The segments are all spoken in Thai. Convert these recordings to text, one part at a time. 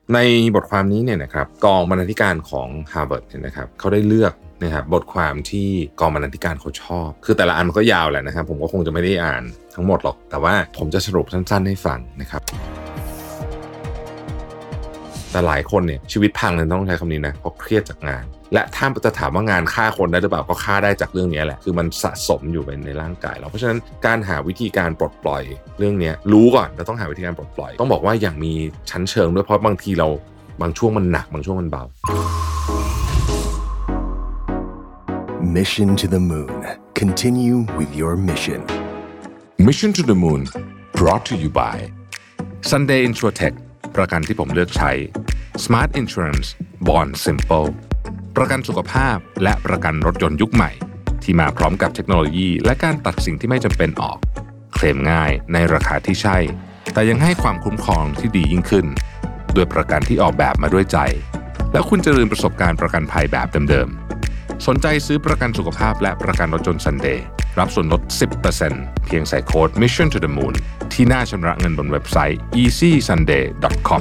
ในบทความนี้เนี่ยนะครับกองบรรณาธิการของ Harvard เนี่ยนะครับเขาได้เลือกนะครับบทความที่กองบรรณาธิการเขาชอบคือแต่ละอันมันก็ยาวแหละนะครับผมก็คงจะไม่ได้อ่านทั้งหมดหรอกแต่ว่าผมจะสรุปสั้นๆให้ฟังนะครับแต่หลายคนเนี่ยชีวิตพังเลยต้องใช้คำนี้นะเพราะเครียดจากงานและถ้าจะถามว่างานฆ่าคนได้หรือเปล่าก็ฆ่าได้จากเรื่องนี้แหละคือมันสะสมอยู่ในร่างกายเราเพราะฉะนั้นการหาวิธีการปลดปล่อยเรื่องนี้รู้ก่อนเราต้องหาวิธีการปลดปล่อยต้องบอกว่าอย่างมีชั้นเชิงด้วยเพราะบางทีเราบางช่วงมันหนักบางช่วงมันเบา Mission to the Moon. Continue with your mission. Mission to the Moon brought to you by Sunday Insurtech ประกันที่ผมเลือกใช้ Smart Insurance Bond Simple ประกันสุขภาพและประกันรถยนต์ยุคใหม่ที่มาพร้อมกับเทคโนโลยีและการตัดสิ่งที่ไม่จำเป็นออกเคลมง่ายในราคาที่ใช่แต่ยังให้ความคุ้มครองที่ดียิ่งขึ้นด้วยประกันที่ออกแบบมาด้วยใจแล้วคุณจะลืมประสบการณ์ประกันภัยแบบเดิมๆสนใจซื้อประกันสุขภาพและประกันรถยนต์ Sunday รับส่วนลด 10% เพียงใส่โค้ด Mission to the Moon ที่หน้าชำระเงินบนเว็บไซต์ easysunday.com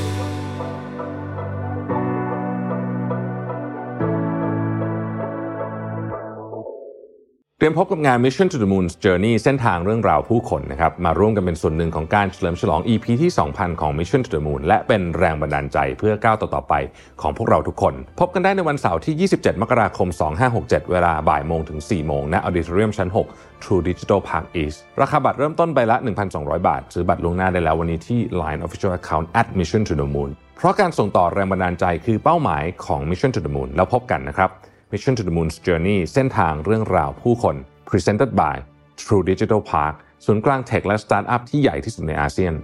เตรียมพบกับงาน Mission to the Moon's Journey เส้นทางเรื่องราวผู้คนนะครับมาร่วมกันเป็นส่วนหนึ่งของการเฉลิมฉลอง EP ที่ 2,000 ของ Mission to the Moon และเป็นแรงบันดาลใจเพื่อก้าวต่อไปของพวกเราทุกคนพบกันได้ในวันเสาร์ที่ 27 มกราคม 2567 เวลาบ่ายโมงถึง 4 โมงณ Auditorium ชั้น 6 True Digital Park East ราคาบัตรเริ่มต้นใบละ 1,200 บาทซื้อบัตรล่วงหน้าได้แล้ววันนี้ที่ Line Official Account @Mission to the Moon เพราะการส่งต่อแรงบันดาลใจคือเป้าหมายของ Mission to the Moon แล้วพบกันนะครับ Mission to the Moon's Journey เส้นทางเรื่องราวผู้คนPresented by True Digital Park ศูนย์กลางเทคและสตาร์ทอัพที่ใหญ่ที่สุดในอาเซียน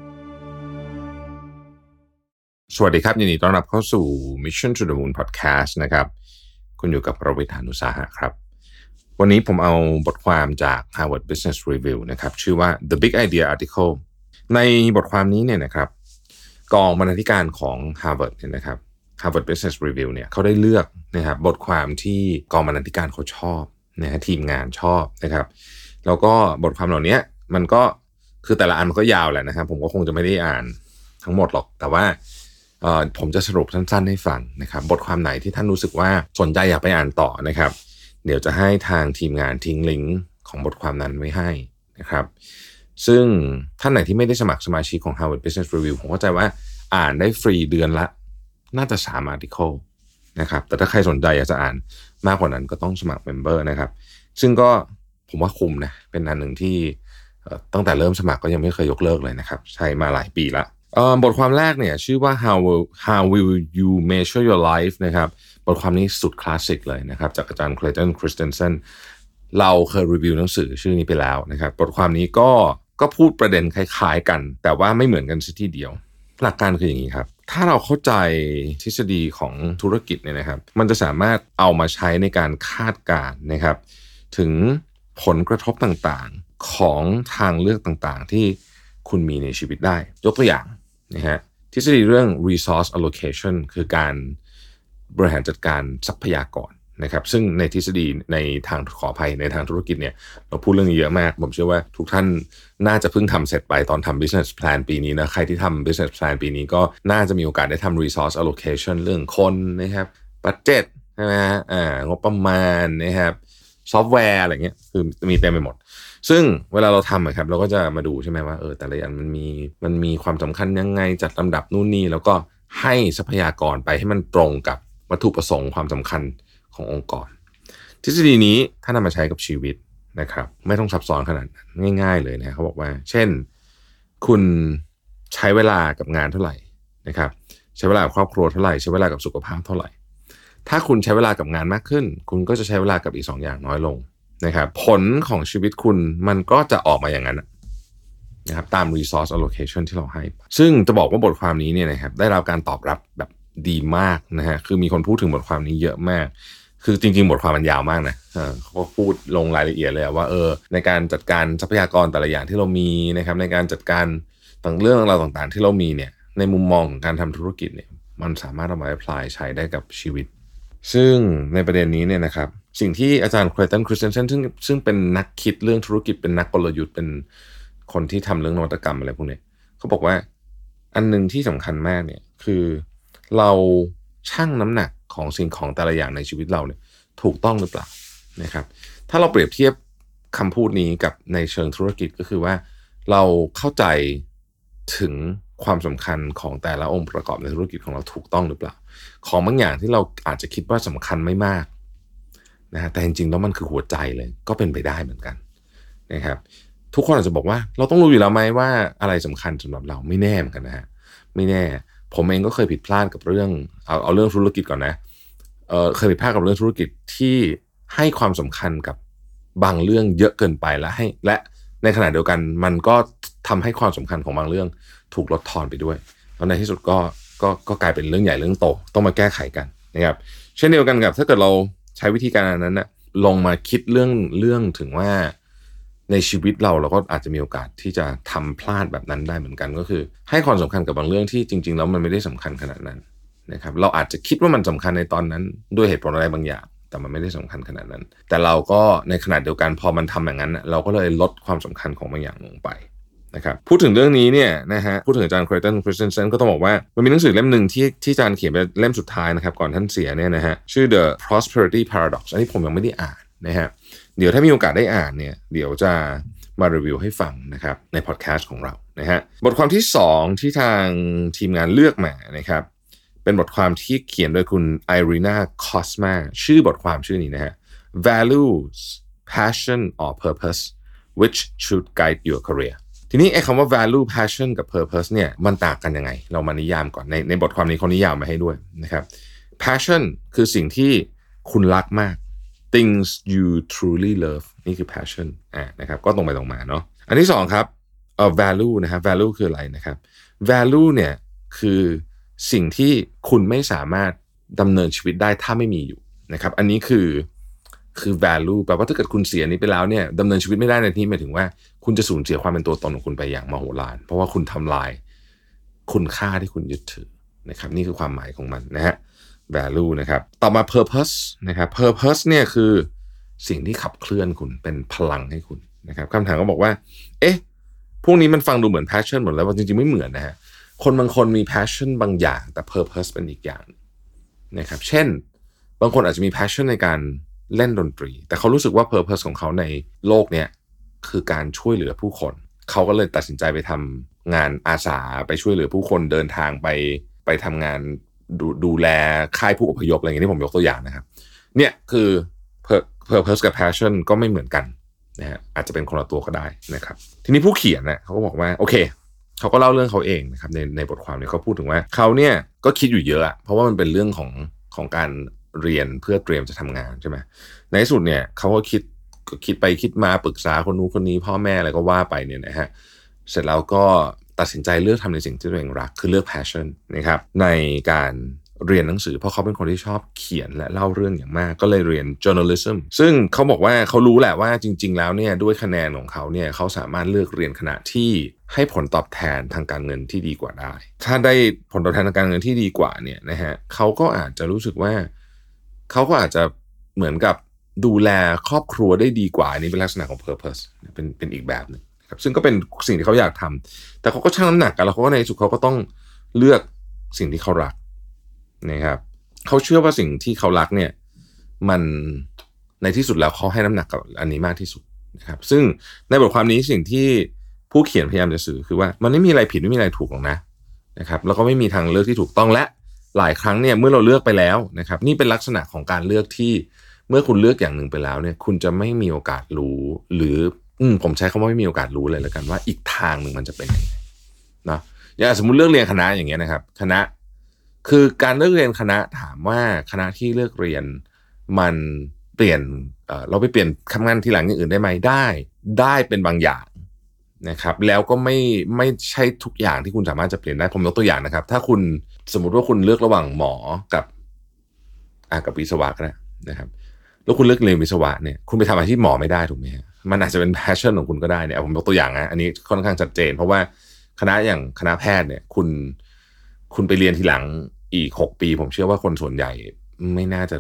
สวัสดีครับยินดีต้อนรับเข้าสู่ Mission to the Moon Podcast นะครับคุณอยู่กับประวิทย์ หาญอุตสาหะครับวันนี้ผมเอาบทความจาก Harvard Business Review นะครับชื่อว่า The Big Idea Article ในบทความนี้เนี่ยนะครับกองบรรณาธิการของ Harvard เนี่ยนะครับ Harvard Business Review เนี่ยเขาได้เลือกนะครับบทความที่กองบรรณาธิการเขาชอบนะฮะทีมงานชอบนะครับแล้วก็บทความเหล่านี้มันก็คือแต่ละอันมันก็ยาวแหละนะครับผมก็คงจะไม่ได้อ่านทั้งหมดหรอกแต่ว่าผมจะสรุปสั้นๆให้ฟังนะครับบทความไหนที่ท่านรู้สึกว่าสนใจอยากไปอ่านต่อนะครับเดี๋ยวจะให้ทางทีมงานทิ้งลิงก์ของบทความนั้นไว้ให้นะครับซึ่งท่านไหนที่ไม่ได้สมัครสมาชิกของ Harvard Business Review ผมเข้าใจว่าอ่านได้ฟรีเดือนละน่าจะ3 articleนะครับแต่ถ้าใครสนใจอยากจะอ่านมากกว่านั้นก็ต้องสมัครเมมเบอร์นะครับซึ่งก็ผมว่าคุ้มนะเป็นอันหนึ่งที่ตั้งแต่เริ่มสมัครก็ยังไม่เคยยกเลิกเลยนะครับใช้มาหลายปีละบทความแรกเนี่ยชื่อว่า How will you measure your life นะครับบทความนี้สุดคลาสสิกเลยนะครับจากอาจารย์ Clayton Christensen เราเคยรีวิวหนังสือชื่อนี้ไปแล้วนะครับบทความนี้ก็พูดประเด็นคล้ายๆกันแต่ว่าไม่เหมือนกันซะทีเดียวหลักการคืออย่างนี้ครับถ้าเราเข้าใจทฤษฎีของธุรกิจเนี่ยนะครับมันจะสามารถเอามาใช้ในการคาดการณ์นะครับถึงผลกระทบต่างๆของทางเลือกต่างๆที่คุณมีในชีวิตได้ยกตัวอย่างนะฮะทฤษฎีเรื่อง resource allocation คือการบริหารจัดการทรัพยากรนะครับซึ่งในทฤษฎีในทางขออภัยในทางธุรกิจเนี่ยเราพูดเรื่องนี้เยอะมากผมเชื่อว่าทุกท่านน่าจะเพิ่งทำเสร็จไปตอนทำ business plan ปีนี้นะใครที่ทำ business plan ปีนี้ก็น่าจะมีโอกาสได้ทำ resource allocation เรื่องคนนะครับ budget ใช่ไหมฮะงบประมาณนะครับซอฟต์แวร์อะไรเงี้ยคือมีเต็มไปหมดซึ่งเวลาเราทำครับเราก็จะมาดูใช่ไหมว่าแต่ละอย่างมันมีความสำคัญยังไงจัดลำดับนู่นนี่แล้วก็ให้ทรัพยากรไปให้มันตรงกับวัตถุประสงค์ความสำคัญขององค์กรทฤษฎีนี้ถ้านำมาใช้กับชีวิตนะครับไม่ต้องซับซ้อนขนาดนั้นง่ายๆเลยนะเขาบอกว่าเช่นคุณใช้เวลากับงานเท่าไหร่นะครับใช้เวลากับครอบครัวเท่าไหร่ใช้เวลากับสุขภาพเท่าไหร่ถ้าคุณใช้เวลากับงานมากขึ้นคุณก็จะใช้เวลากับอีก2 อย่างน้อยลงนะครับผลของชีวิตคุณมันก็จะออกมาอย่างนั้นนะครับตาม resource allocation ที่เราให้ซึ่งจะบอกว่าบทความนี้เนี่ยนะครับได้รับการตอบรับแบบดีมากนะฮะคือมีคนพูดถึงบทความนี้เยอะมากคือจริงๆบทความมันยาวมากนะเขาก็พูดลงรายละเอียดเลยว่าในการจัดการทรัพยากรแต่ละอย่างที่เรามีนะครับในการจัดการต่างเรื่องราวต่างๆที่เรามีเนี่ยในมุมมองของการทำธุรกิจเนี่ยมันสามารถเอามา apply ใช้ได้กับชีวิตซึ่งในประเด็นนี้เนี่ยนะครับสิ่งที่อาจารย์ Clayton Christensen ซึ่งเป็นนักคิดเรื่องธุรกิจเป็นนักกลยุทธ์เป็นคนที่ทำเรื่องนวัตกรรมอะไรพวกนี้เขาบอกว่าอันนึงที่สำคัญมากเนี่ยคือเราชั่งน้ำหนักของสิ่งของแต่ละอย่างในชีวิตเราเนี่ยถูกต้องหรือเปล่านะครับถ้าเราเปรียบเทียบคำพูดนี้กับในเชิงธุรกิจก็คือว่าเราเข้าใจถึงความสำคัญของแต่ละองค์ประกอบในธุรกิจของเราถูกต้องหรือเปล่าของบางอย่างที่เราอาจจะคิดว่าสำคัญไม่มากนะฮะแต่จริงๆแล้วมันคือหัวใจเลยก็เป็นไปได้เหมือนกันนะครับทุกคนอาจจะบอกว่าเราต้องรู้อยู่แล้วไหมว่าอะไรสำคัญสำหรับเราไม่แน่เหมือนกันนะฮะไม่แน่ผมเองก็เคยผิดพลาดกับเรื่องเอาเรื่องธุรกิจก่อนนะเคยผิดพลาดกับเรื่องธุรกิจที่ให้ความสำคัญกับบางเรื่องเยอะเกินไปและในขณะเดียวกันมันก็ทำให้ความสำคัญของบางเรื่องถูกลดทอนไปด้วยแล้วในที่สุดก็กลายเป็นเรื่องใหญ่เรื่องโตต้องมาแก้ไขกันนะครับเช่นเดียวกันกับถ้าเกิดเราใช้วิธีการนั้นนะลงมาคิดเรื่องถึงว่าในชีวิตเราก็อาจจะมีโอกาสที่จะทำพลาดแบบนั้นได้เหมือนกันก็คือให้ความสำคัญกับบางเรื่องที่จริงๆแล้วมันไม่ได้สำคัญขนาดนั้นนะครับเราอาจจะคิดว่ามันสำคัญในตอนนั้นด้วยเหตุผลอะไรบางอย่างแต่มันไม่ได้สำคัญขนาดนั้นแต่เราก็ในขณะเดียวกันพอมันทำอย่างนั้นเราก็เลยลดความสำคัญของบางอย่างลงไปนะครับพูดถึงเรื่องนี้เนี่ยนะฮะพูดถึงอาจารย์คริสเตนเซนก็ต้องบอกว่ามันมีหนังสือเล่มหนึ่งที่อาจารย์เขียนเป็นเล่มสุดท้ายนะครับก่อนท่านเสียเนี่ยนะฮะชื่อ The Prosperity Paradox อันนี้ผมยังไม่ได้อ่านนะฮะเดี๋ยวถ้ามีโอกาสได้อ่านเนี่ยเดี๋ยวจะมารีวิวให้ฟังนะครับในพอดแคสต์ของเรานะฮะบทความที่2ที่ทางทีมงานเลือกมานะครับเป็นบทความที่เขียนโดยคุณไอรีนาคอสมาชื่อบทความชื่อนี้นะฮะ Values Passion or Purpose which should guide your career ทีนี้ไอ้คำว่า value passion กับ purpose เนี่ยมันต่างกันยังไงเรามานิยามก่อนในบทความนี้เขานิยามมาให้ด้วยนะครับ passion คือสิ่งที่คุณรักมาก things you truly love นี่คือ passion นะครับก็ตรงไปตรงมาเนาะอันที่2ครับvalue นะครับ value คืออะไรนะครับ value เนี่ยคือสิ่งที่คุณไม่สามารถดำเนินชีวิตได้ถ้าไม่มีอยู่นะครับอันนี้คือ value แปลว่าถ้าเกิดคุณเสียนี้ไปแล้วเนี่ยดำเนินชีวิตไม่ได้ในที่หมายถึงว่าคุณจะสูญเสียความเป็นตัวตนของคุณไปอย่างมโหฬารเพราะว่าคุณทำลายคุณค่าที่คุณยึดถือนะครับนี่คือความหมายของมันนะฮะ value นะครับต่อมา purpose นะครับ purpose เนี่ยคือสิ่งที่ขับเคลื่อนคุณเป็นพลังให้คุณนะครับคำถามก็บอกว่าเอ๊ะพวกนี้มันฟังดูเหมือน passion หมดแล้วว่าจริงๆไม่เหมือนนะฮะคนบางคนมี passion บางอย่างแต่ purpose เป็นอีกอย่างนะครับเช่นบางคนอาจจะมี passion ในการเล่นดนตรีแต่เขารู้สึกว่า purpose ของเขาในโลกเนี้ยคือการช่วยเหลือผู้คนเขาก็เลยตัดสินใจไปทำงานอาสาไปช่วยเหลือผู้คนเดินทางไปทำงานดูแลค่ายผู้อพยพอะไรอย่างนี้ที่ผมยกตัวอย่างนะครับเนี่ยคือ purpose กับ passion ก็ไม่เหมือนกันนะฮะอาจจะเป็นคนละตัวก็ได้นะครับทีนี้ผู้เขียนเนี่ยเขาก็บอกว่าโอเคเขาก็เล่าเรื่องเขาเองนะครับในบทความเนี่ยเขาพูดถึงว่าเขาเนี่ยก็คิดอยู่เยอะเพราะว่ามันเป็นเรื่องของการเรียนเพื่อเตรียมจะทำงานใช่ไหมในที่สุดเนี่ยเขาก็คิดไปคิดมาปรึกษาคนนู้นคนนี้พ่อแม่อะไรก็ว่าไปเนี่ยนะฮะเสร็จแล้วก็ตัดสินใจเลือกทำในสิ่งที่ตัวเองรักคือเลือก passion นะครับในการเรียนหนังสือเพราะเขาเป็นคนที่ชอบเขียนและเล่าเรื่องอย่างมากก็เลยเรียน journalism ซึ่งเขาบอกว่าเขารู้แหละว่าจริงๆแล้วเนี่ยด้วยคะแนนของเขาเนี่ยเขาสามารถเลือกเรียนคณะที่ให้ผลตอบแทนทางการเงินที่ดีกว่าได้ถ้าได้ผลตอบแทนทางการเงินที่ดีกว่าเนี่ยนะฮะเขาก็อาจจะรู้สึกว่าเขาก็อาจจะเหมือนกับดูแลครอบครัวได้ดีกว่าอันนี้เป็นลักษณะของ purpose เป็นอีกแบบนึงครับซึ่งก็เป็นสิ่งที่เขาอยากทำแต่เขาก็ชั่งน้ำหนักกันแล้วเขาก็ในที่สุดเขาก็ต้องเลือกสิ่งที่เขารักนะครับเขาเชื่อว่าสิ่งที่เขารักเนี่ยมันในที่สุดแล้วเขาให้น้ำหนักกับอันนี้มากที่สุดนะครับซึ่งในบทความนี้สิ่งที่ผู้เขียนพยายามจะสื่อคือว่ามันไม่มีอะไรผิดไม่มีอะไรถูกหรอกนะครับแล้วก็ไม่มีทางเลือกที่ถูกต้องและหลายครั้งเนี่ยเมื่อเราเลือกไปแล้วนะครับนี่เป็นลักษณะของการเลือกที่เมื่อคุณเลือกอย่างหนึ่งไปแล้วเนี่ยคุณจะไม่มีโอกาสรู้หรือผมใช้คำว่าไม่มีโอกาสรู้เลยแล้วกันว่าอีกทางหนึ่งมันจะเป็นยังไงนะอย่างสมมุติเลือกเรียนคณะอย่างเงี้ยนะครับคณะคือการเลือกเรียนคณะถามว่าคณะที่เลือกเรียนมันเปลี่ยนเราไปเปลี่ยนทำงานทีหลังอย่างอื่นได้ไหมได้เป็นบางอย่างนะครับแล้วก็ไม่ใช่ทุกอย่างที่คุณสามารถจะเปลี่ยนได้ผมยกตัวอย่างนะครับถ้าคุณสมมุติว่าคุณเลือกระหว่างหมอกับวิศวะก็ได้นะครับแล้วคุณเลือกเรียนวิศวะเนี่ยคุณไปทำอาชีพหมอไม่ได้ถูกไหมฮะมันอาจจะเป็น passion ของคุณก็ได้เนี่ยผมยกตัวอย่างนะอันนี้ค่อนข้างชัดเจนเพราะว่าคณะอย่างคณะแพทย์เนี่ยคุณไปเรียนทีหลังอีก6 ปีผมเชื่อว่าคนส่วนใหญ่ไม่น่าจะ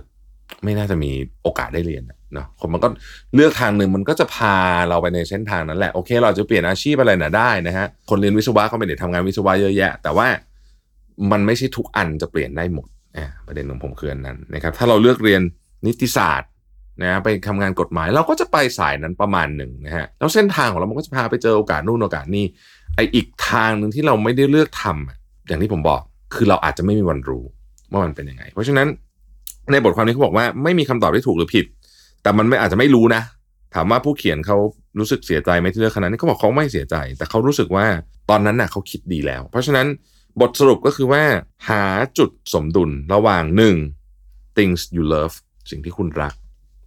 ไม่น่าจะมีโอกาสได้เรียนเนาะคนมันก็เลือกทางหนึ่งมันก็จะพาเราไปในเส้นทางนั้นแหละโอเคเราจะเปลี่ยนอาชีพอะไรนะได้นะฮะคนเรียนวิศวะเขาไม่ได้ทำงานวิศวะเยอะแยะแต่ว่ามันไม่ใช่ทุกอันจะเปลี่ยนได้หมดประเด็นของผมคืออันนั้นนะครับถ้าเราเลือกเรียนนิติศาสตร์นะไปทำงานกฎหมายเราก็จะไปสายนั้นประมาณหนึ่งนะฮะแล้วเส้นทางของเรามันก็จะพาไปเจอโอกาสนู่นโอกาสนี่ไออีกทางหนึ่งที่เราไม่ได้เลือกทำอย่างที่ผมบอกคือเราอาจจะไม่มีวันรู้ว่ามันเป็นยังไงเพราะฉะนั้นในบทความนี้เขาบอกว่าไม่มีคำตอบที่ถูกหรือผิดแต่มันไม่อาจจะไม่รู้นะถามว่าผู้เขียนเขารู้สึกเสียใจไหมที่เลือกคณะนี้เขาบอกเขาไม่เสียใจแต่เขารู้สึกว่าตอนนั้นน่ะเขาคิดดีแล้วเพราะฉะนั้นบทสรุปก็คือว่าหาจุดสมดุลระหว่าง 1. things you love สิ่งที่คุณรัก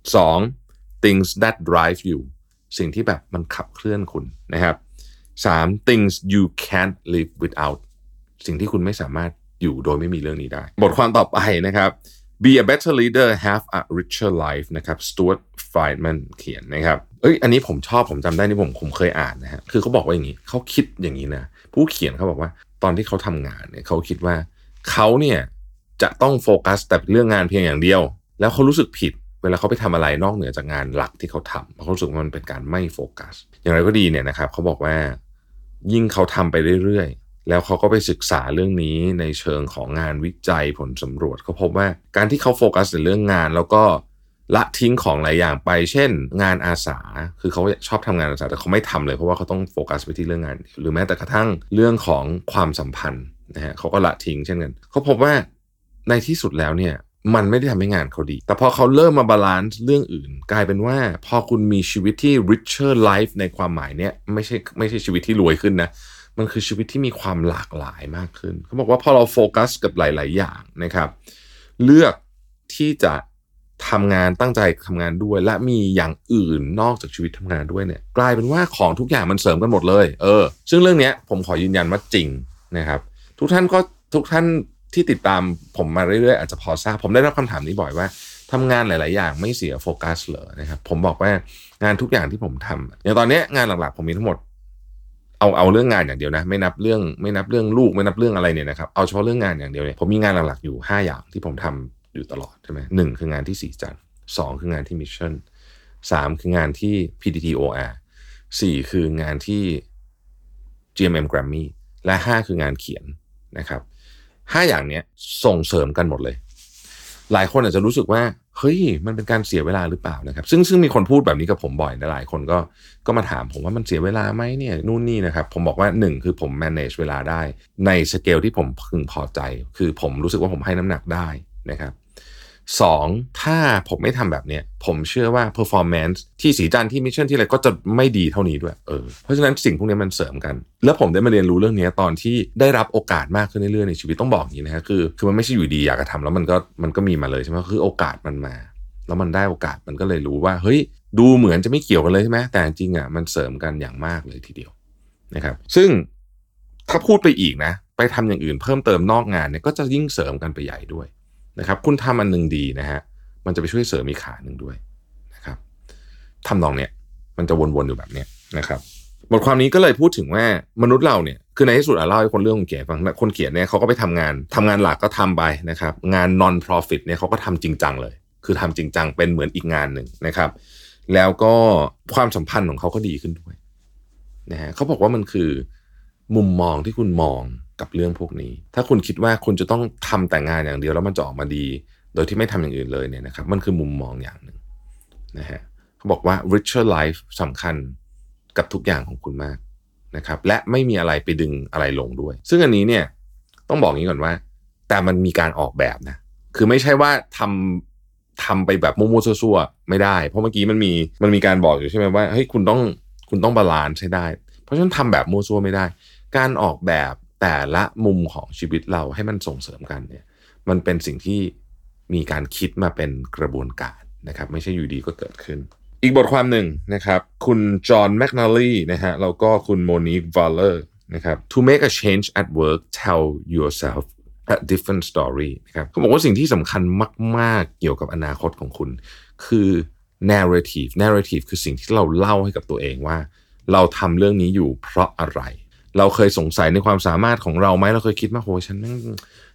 2. things that drive you สิ่งที่แบบมันขับเคลื่อนคุณนะครับ 3. things you can't live without สิ่งที่คุณไม่สามารถอยู่โดยไม่มีเรื่องนี้ได้บทความต่อไปนะครับ Be a better leader have a richer life นะครับ Stuart Friedman เขียนนะครับอันนี้ผมชอบผมจำได้นี่ผมเคยอ่านนะฮะคือเขาบอกว่าอย่างนี้เขาคิดอย่างนี้นะผู้เขียนเขาบอกว่าตอนที่เขาทำงานเนี่ยเขาคิดว่าเขาเนี่ยจะต้องโฟกัสแต่เรื่องงานเพียงอย่างเดียวแล้วเขารู้สึกผิดเวลาเขาไปทำอะไรนอกเหนือจากงานหลักที่เขาทำเขารู้สึกว่ามันเป็นการไม่โฟกัสอย่างไรก็ดีเนี่ยนะครับเขาบอกว่ายิ่งเขาทำไปเรื่อยๆแล้วเขาก็ไปศึกษาเรื่องนี้ในเชิงของงานวิจัยผลสำรวจเขาพบว่าการที่เขาโฟกัสในเรื่องงานแล้วก็ละทิ้งของหลายอย่างไปเช่นงานอาสาคือเขาชอบทำงานอาสาแต่เขาไม่ทำเลยเพราะว่าเขาต้องโฟกัสไปที่เรื่องงานหรือแม้แต่กระทั่งเรื่องของความสัมพันธ์นะฮะเขาก็ละทิ้งเช่นกันเขาพบว่าในที่สุดแล้วเนี่ยมันไม่ได้ทำให้งานเขาดีแต่พอเขาเริ่มมาบาลานซ์เรื่องอื่นกลายเป็นว่าพอคุณมีชีวิตที่ richer life ในความหมายเนี่ยไม่ใช่ชีวิตที่รวยขึ้นนะมันคือชีวิตที่มีความหลากหลายมากขึ้นเขาบอกว่าพอเราโฟกัสกับหลายๆอย่างนะครับเลือกที่จะทำงานตั้งใจทำงานด้วยและมีอย่างอื่นนอกจากชีวิตทำงานด้วยเนี่ยกลายเป็นว่าของทุกอย่างมันเสริมกันหมดเลยซึ่งเรื่องนี้ผมขอยืนยันว่าจริงนะครับทุกท่านที่ติดตามผมมาเรื่อยๆอาจจะพอทราบผมได้รับคำถามนี้บ่อยว่าทำงานหลายๆอย่างไม่เสียโฟกัสเหรอนะครับผมบอกว่างานทุกอย่างที่ผมทำอย่างตอนนี้งานหลักๆผมมีทั้งหมดเอาเรื่องงานอย่างเดียวนะไม่นับเรื่องลูกไม่นับเรื่องอะไรเนี่ยนะครับเอาเฉพาะเรื่องงานอย่างเดียวเนี่ยผมมีงานหลักๆอยู่5อย่างที่ผมทำอยู่ตลอดใช่ไหม1คืองานที่สีจันทร์2คืองานที่มิชชั่น3คืองานที่ PTTOR 4คืองานที่ GMM Grammy และ5คืองานเขียนนะครับ5อย่างเนี้ยส่งเสริมกันหมดเลยหลายคนอาจจะรู้สึกว่าเฮ้ยมันเป็นการเสียเวลาหรือเปล่านะครับซึ่งมีคนพูดแบบนี้กับผมบ่อยนะหลายคนก็มาถามผมว่ามันเสียเวลาไหมเนี่ยนู่นนี่นะครับผมบอกว่า1คือผม manage เวลาได้ในสเกลที่ผมพึงพอใจคือผมรู้สึกว่าผมให้น้ำหนักได้นะครับ2ถ้าผมไม่ทำแบบเนี้ยผมเชื่อว่า performance ที่สีจันทร์ที่มิชชั่นที่อะไรก็จะไม่ดีเท่านี้ด้วยเพราะฉะนั้นสิ่งพวกนี้มันเสริมกันแล้วผมได้มาเรียนรู้เรื่องนี้ตอนที่ได้รับโอกาสมากขึ้นเรื่อยๆในชีวิตต้องบอกอย่างนี้นะฮะคือมันไม่ใช่อยู่ดีอยากจะทำแล้วมันก็มีมาเลยใช่ไหมคือโอกาสมันมาแล้วมันได้โอกาสมันก็เลยรู้ว่าเฮ้ยดูเหมือนจะไม่เกี่ยวกันเลยใช่ไหมแต่จริงมันเสริมกันอย่างมากเลยทีเดียวนะครับซึ่งถ้าพูดไปอีกนะไปทำอย่างอื่นเพิ่มเติมนอกงานเนี่ยก็จะยิ่งเสริมกันไปใหญ่ด้วยนะครับคุณทำอันนึงดีนะฮะมันจะไปช่วยเสริมอีกขาหนึ่งด้วยนะครับทำนองเนี้ยมันจะวนๆอยู่แบบเนี้ยนะครับบทความนี้ก็เลยพูดถึงว่ามนุษย์เราเนี่ยคือในที่สุดเล่าให้คนเรื่องคนเขียนฟังคนเขียนเนี่ยเขาก็ไปทำงานหลักก็ทำไปนะครับงาน non profit เนี่ยเขาก็ทำจริงจังเลยคือทำจริงจังเป็นเหมือนอีกงานหนึ่งนะครับแล้วก็ความสัมพันธ์ของเขาก็ดีขึ้นด้วยนะฮะเขาบอกว่ามันคือมุมมองที่คุณมองกับเรื่องพวกนี้ถ้าคุณคิดว่าคุณจะต้องทำแต่งานอย่างเดียวแล้วมันจะออกมาดีโดยที่ไม่ทำอย่างอื่นเลยเนี่ยนะครับมันคือมุมมองอย่างหนึ่งนะฮะเขาบอกว่า richer life สำคัญกับทุกอย่างของคุณมากนะครับและไม่มีอะไรไปดึงอะไรลงด้วยซึ่งอันนี้เนี่ยต้องบอกงี้ก่อนว่าแต่มันมีการออกแบบนะคือไม่ใช่ว่าทำไปแบบมั่วๆซั่วๆไม่ได้เพราะเมื่อกี้มันมีการบอกอยู่ใช่ไหมว่าเฮ้ยคุณต้องบาลานซ์ให้ได้เพราะฉะนั้นทำแบบมั่วซั่วไม่ได้การออกแบบแต่ละมุมของชีวิตเราให้มันส่งเสริมกันเนี่ยมันเป็นสิ่งที่มีการคิดมาเป็นกระบวนการนะครับไม่ใช่อยู่ดีก็เกิดขึ้นอีกบทความหนึ่งนะครับคุณจอห์นแมคนาลีนะฮะแล้วก็คุณโมนิกวอลเลอร์นะครับ To make a change at work tell yourself a different story นะครับเขาบอกว่าสิ่งที่สำคัญมากๆเกี่ยวกับอนาคตของคุณคือ narrative คือสิ่งที่เราเล่าให้กับตัวเองว่าเราทำเรื่องนี้อยู่เพราะอะไรเราเคยสงสัยในความสามารถของเราไหมเราเคยคิดว่าโหฉัน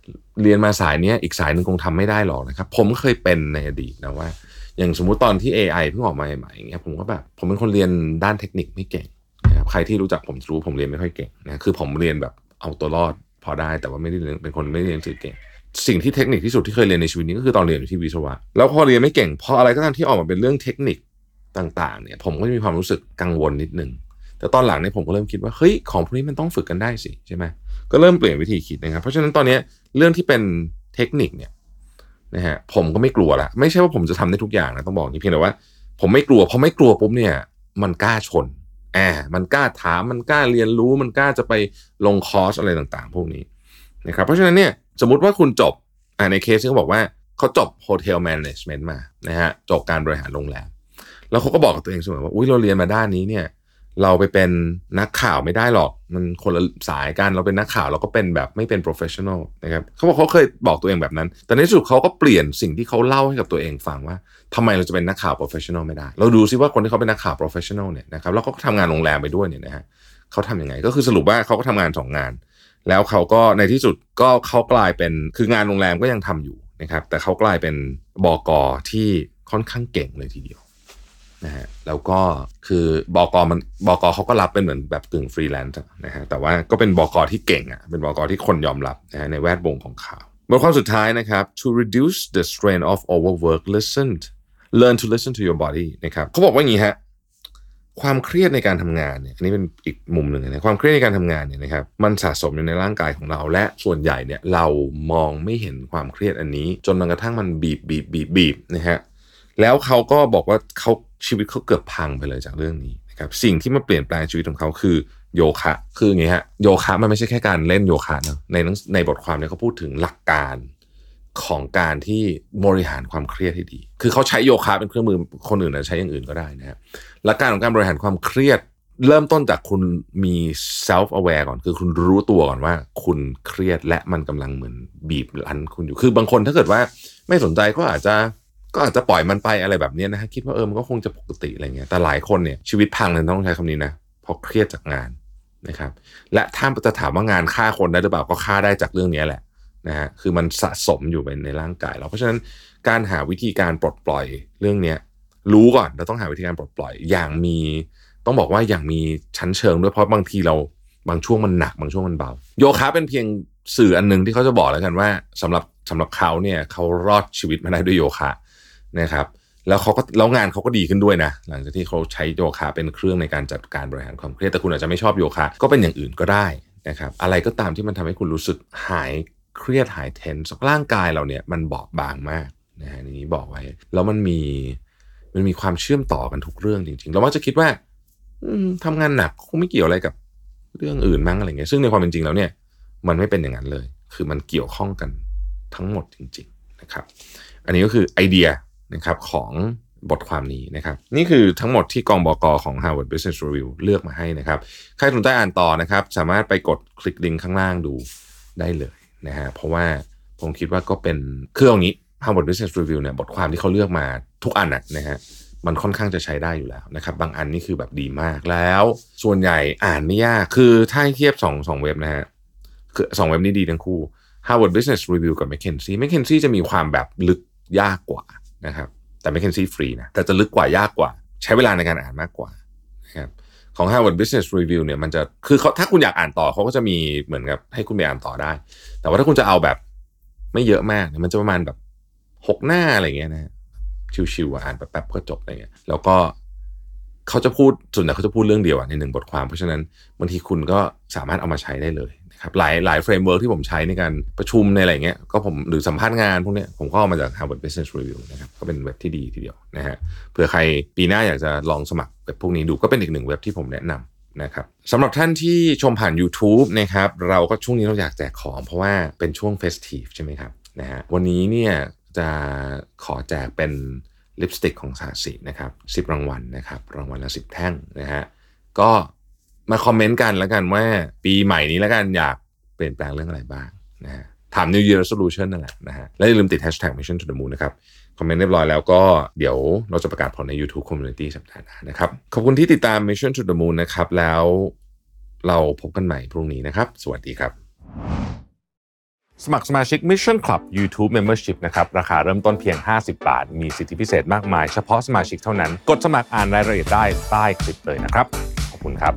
เรียนมาสายนี้อีกสายนึงคงทำไม่ได้หรอกนะครับผมเคยเป็นในอดีตนะว่าอย่างสมมุติตอนที่ AI เพิ่งออกมาใหม่ๆอย่างเงี้ยผมก็แบบผมเป็นคนเรียนด้านเทคนิคไม่เก่งนะครับใครที่รู้จักผมรู้ผมเรียนไม่ค่อยเก่งนะคือผมเรียนแบบเอาตัวรอดพอได้แต่ว่าไม่ได้เรียนเป็นคนไม่ได้เรียนหนังสือเก่งสิ่งที่เทคนิคที่สุดที่เคยเรียนในชีวิตนี้ก็คือตอนเรียนอยู่ที่วิศวะแล้วพอเรียนไม่เก่งพออะไรก็ตามที่ออกมาเป็นเรื่องเทคนิคต่างๆเนี่ยผมก็จะมีความรู้สึกกังวลนิดนึงแต่ตอนหลังเนี่ยผมก็เริ่มคิดว่าเฮ้ยของพวกนี้มันต้องฝึกกันได้สิใช่ไหมก็เริ่มเปลี่ยนวิธีคิดนะครับเพราะฉะนั้นตอนนี้เรื่องที่เป็นเทคนิคเนี่ยนะฮะผมก็ไม่กลัวละไม่ใช่ว่าผมจะทำได้ทุกอย่างนะต้องบอกอย่างนี้เพียงแต่ว่าผมไม่กลัวพอไม่กลัวปุ๊บเนี่ยมันกล้าชนมันกล้าถามมันกล้าเรียนรู้มันกล้าจะไปลงคอร์สอะไรต่างๆพวกนี้นะครับเพราะฉะนั้นเนี่ยสมมุติว่าคุณจบในเคสที่เขาบอกว่าเขาจบ Hotel Management มานะฮะจบการบริหารโรงแรมแล้วเขาก็บอกกับตัวเองเสมอว่าอุ้ยเราเรียนมาด้านนี้เนี่ยเราไปเป็นนักข่าวไม่ได้หรอกมันคนละสายกันเราเป็นนักข่าวเราก็เป็นแบบไม่เป็น professional นะครับเขาบอกเขาเคยบอกตัวเองแบบนั้นแต่ในที่สุดเขาก็เปลี่ยนสิ่งที่เขาเล่าให้กับตัวเองฟังว่าทำไมเราจะเป็นนักข่าว professional ไม่ได้เราดูซิว่าคนที่เขาเป็นนักข่าว professional เนี่ยนะครับแล้วก็ทำงานโรงแรมไปด้วยเนี่ยนะฮะเขาทำยังไงก็คือสรุปว่าเขาก็ทำงาน2 งานแล้วเขาก็ในที่สุดก็เขากลายเป็นคืองานโรงแรมก็ยังทำอยู่นะครับแต่เขากลายเป็นบก.ที่ค่อนข้างเก่งเลยทีเดียวนะฮะแล้วก็คือบก.เขาก็รับเป็นเหมือนแบบกึ่งฟรีแลนซ์นะฮะแต่ว่าก็เป็นบก.ที่เก่งอ่ะเป็นบก.ที่คนยอมรับนะฮะในแวดวงของข่าวบทความสุดท้ายนะครับ to reduce the strain of overwork learn to listen to your body นะครับเขาบอกว่าอย่างนี้ฮะความเครียดในการทำงานเนี่ยอันนี้เป็นอีกมุมหนึ่งนะความเครียดในการทำงานเนี่ยนะครับมันสะสมอยู่ในร่างกายของเราและส่วนใหญ่เนี่ยเรามองไม่เห็นความเครียดอันนี้จนกระทั่งมันบีบนะฮะแล้วเขาก็บอกว่าชีวิตเขาเกือบพังไปเลยจากเรื่องนี้นะครับสิ่งที่มาเปลี่ยนแปลงชีวิตของเขาคือโยคะคืออย่างงี้ฮะโยคะมันไม่ใช่แค่การเล่นโยคะนะในบทความเนี่ยเขาพูดถึงหลักการของการที่บริหารความเครียดให้ดีคือเขาใช้โยคะเป็นเครื่องมือคนอื่นใช้อย่างอื่นก็ได้นะฮะหลักการของการบริหารความเครียดเริ่มต้นจากคุณมี self aware ก่อนคือคุณรู้ตัวก่อนว่าคุณเครียดและมันกำลังเหมือนบีบรันคุณอยู่คือบางคนถ้าเกิดว่าไม่สนใจก็อาจจะปล่อยมันไปอะไรแบบนี้นะฮะคิดว่ามันก็คงจะปกติอะไรเงี้ยแต่หลายคนเนี่ยชีวิตพังเลยต้องใช้คำนี้นะเพราะเครียดจากงานนะครับและถ้าจะถามว่างานฆ่าคนได้หรือเปล่าก็ฆ่าได้จากเรื่องนี้แหละนะฮะคือมันสะสมอยู่ในร่างกายเราเพราะฉะนั้นการหาวิธีการปลดปล่อยเรื่องนี้รู้ก่อนเราต้องหาวิธีการปลดปล่อยอย่างมีต้องบอกว่าอย่างมีชั้นเชิงด้วยเพราะบางทีเราบางช่วงมันหนักบางช่วงมันเบาโยคะเป็นเพียงสื่ออันนึงที่เขาจะบอกแล้วกันว่าสำหรับเขาเนี่ยเขารอดชีวิตมาได้ด้วยโยคะนะครับแล้วงานเขาก็ดีขึ้นด้วยนะหลังจากที่เขาใช้โยคะเป็นเครื่องในการจัดการบริหารความเครียดแต่คุณอาจจะไม่ชอบโยคะก็เป็นอย่างอื่นก็ได้นะครับอะไรก็ตามที่มันทำให้คุณรู้สึกหายเครียดหายเทนส์ร่างกายเราเนี่ยมันบอบบางมากนะฮะนี้บอกไว้แล้วมันมีความเชื่อมต่อกันทุกเรื่องจริงๆเรามักจะคิดว่าทำงานหนักคงไม่เกี่ยวอะไรกับเรื่องอื่นมั้งอะไรเงี้ยซึ่งในความเป็นจริงแล้วเนี่ยมันไม่เป็นอย่างนั้นเลยคือมันเกี่ยวข้องกันทั้งหมดจริงๆนะครับอันนี้ก็คือไอเดียนะครับของบทความนี้นะครับนี่คือทั้งหมดที่กองบก.ของ Harvard Business Review เลือกมาให้นะครับใครสนใจอ่านต่อนะครับสามารถไปกดคลิกลิงก์ข้างล่างดูได้เลยนะฮะเพราะว่าผมคิดว่าก็เป็นคืออย่างนี้ Harvard Business Review เนี่ยบทความที่เขาเลือกมาทุกอันนะฮะมันค่อนข้างจะใช้ได้อยู่แล้วนะครับบางอันนี่คือแบบดีมากแล้วส่วนใหญ่อ่านไม่ยากคือถ้าเทียบ2เว็บนะฮะคือ2เว็บนี้ดีทั้งคู่ Harvard Business Review กับ McKinsey จะมีความแบบลึกยากกว่านะครับแต่ McKinsey ฟรีนะแต่จะลึกกว่ายากกว่าใช้เวลาในการอ่านมากกว่านะครับของ Harvard Business Review เนี่ยมันจะคือถ้าคุณอยากอ่านต่อเขาก็จะมีเหมือนกับให้คุณไปอ่านต่อได้แต่ว่าถ้าคุณจะเอาแบบไม่เยอะมากมันจะประมาณแบบ6 หน้าอะไรเงี้ยนะชิวๆอ่านแป๊บๆก็จบอะไรเงี้ยแล้วก็เขาจะพูดส่วนใหญ่เขาจะพูดเรื่องเดียวใน1 บทความเพราะฉะนั้นบางทีคุณก็สามารถเอามาใช้ได้เลยนะครับหลายเฟรมเวิร์คที่ผมใช้ในการประชุมในอะไรเงี้ยก็ผมหรือสัมภาษณ์งานพวกเนี้ยผมก็เอามาจาก Harvard Business Review นะครับก็เป็นเว็บที่ดีทีเดียวนะฮะเผื่อใครปีหน้าอยากจะลองสมัครเว็บพวกนี้ดูก็เป็นอีก1 เว็บที่ผมแนะนำนะครับสำหรับท่านที่ชมผ่าน YouTube นะครับเราก็ช่วงนี้เราอยากแจกของเพราะว่าเป็นช่วงเฟสทีฟใช่ไหมครับนะฮะวันนี้เนี่ยจะขอแจกเป็นลิปสติกของสาสินะครับ10 รางวัลนะครับรางวัลละ10 แท่งนะฮะก็มาคอมเมนต์กันแล้วกันว่าปีใหม่นี้แล้วกันอยากเปลี่ยนแปลงเรื่องอะไรบ้างนะฮะถาม New Year Resolution นั่นแหละนะฮะและอย่าลืมติด hashtag Mission to the Moon นะครับคอมเมนต์เรียบร้อยแล้วก็เดี๋ยวเราจะประกาศผลใน YouTube Community สัปดาห์หน้านะครับขอบคุณที่ติดตาม Mission to the Moon นะครับแล้วเราพบกันใหม่พรุ่งนี้นะครับสวัสดีครับสมัครสมาชิก Mission Club YouTube Membership นะครับราคาเริ่มต้นเพียง50 บาทมีสิทธิพิเศษมากมายเฉพาะสมาชิกเท่านั้นกดสมัครอ่านรายละเอียดได้ใต้คลิปเลยนะครับขอบคุณครับ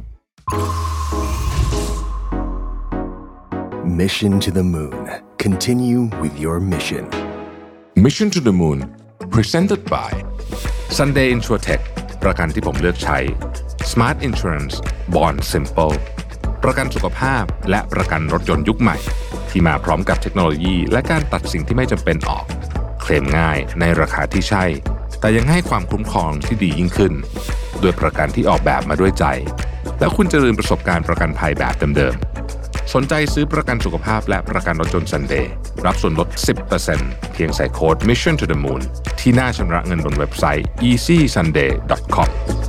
Mission to the Moon. Continue with your mission. Mission to the Moon Presented by Sunday Insurtech ประกันที่ผมเลือกใช้ Smart Insurance Bond Simple ประกันสุขภาพและประกันรถยนต์ยุคใหม่ที่มาพร้อมกับเทคโนโลยีและการตัดสิ่งที่ไม่จำเป็นออกเคลมง่ายในราคาที่ใช่แต่ยังให้ความคุ้มครองที่ดียิ่งขึ้นด้วยประกันที่ออกแบบมาด้วยใจและคุณจะลืมประสบการณ์ประกันภัยแบบเดิมๆสนใจซื้อประกันสุขภาพและประกันรถยนต์ Sunday รับส่วนลด 10% เพียงใส่โค้ด Mission to the Moon ที่หน้าชำระเงินบนเว็บไซต์ easysunday.com